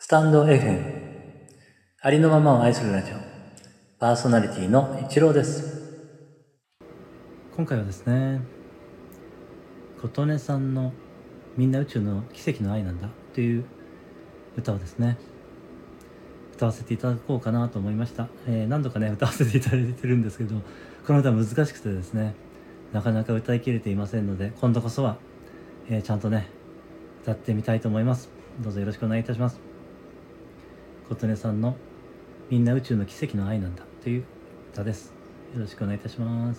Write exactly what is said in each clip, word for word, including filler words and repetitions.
タンド エフエム ありのままを愛するラジオ、パーソナリティの一郎です。今回はですね、琴音さんのみんな宇宙の奇跡の愛なんだという歌をですね歌わせていただこうかなと思いました。えー、何度かね歌わせていただいてるんですけど、この歌は難しくてですね、なかなか歌い切れていませんので、今度こそは、えー、ちゃんとね歌ってみたいと思います。どうぞよろしくお願いいたします。琴音さんのみんな宇宙の奇跡の愛なんだという歌です。よろしくお願いいたします。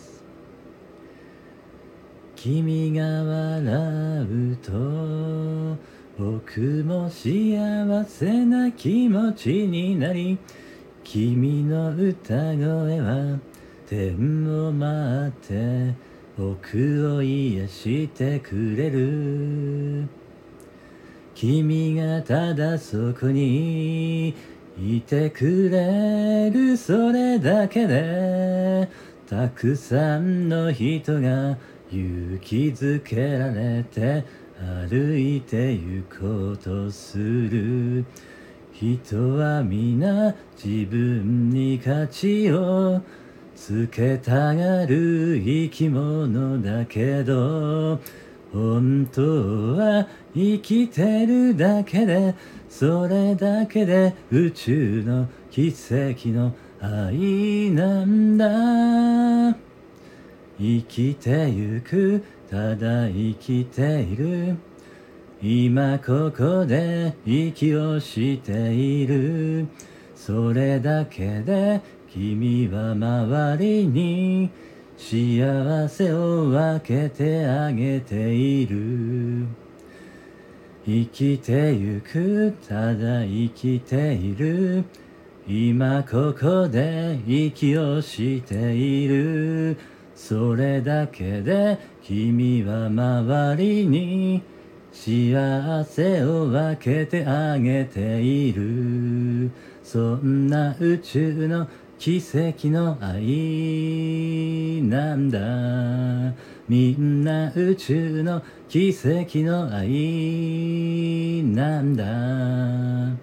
君が笑うと僕も幸せな気持ちになり、君の歌声は天を舞って僕を癒してくれる。君がただそこにいてくれる、それだけでたくさんの人が勇気づけられて歩いて行こうとする。人は皆自分に価値をつけたがる生き物だけど、本当は生きてるだけで、それだけで宇宙の奇跡の愛なんだ。生きてゆく、ただ生きている、今ここで息をしている、それだけで君は周りに幸せを分けてあげている。生きてゆく、ただ生きている、今ここで息をしている、それだけで君は周りに幸せを分けてあげている。そんな宇宙の奇跡の愛なんだ。みんな宇宙の奇跡の愛なんだ。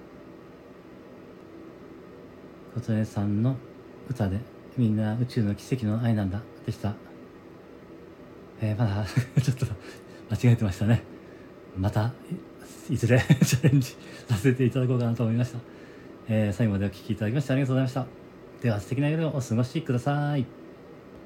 琴音さんの歌でみんな宇宙の奇跡の愛なんだでした。えー、まだちょっと間違えてましたね。またいずれチャレンジさせていただこうかなと思いました。えー、最後までお聴きいただきましてありがとうございました。では素敵な夜をお過ごしください。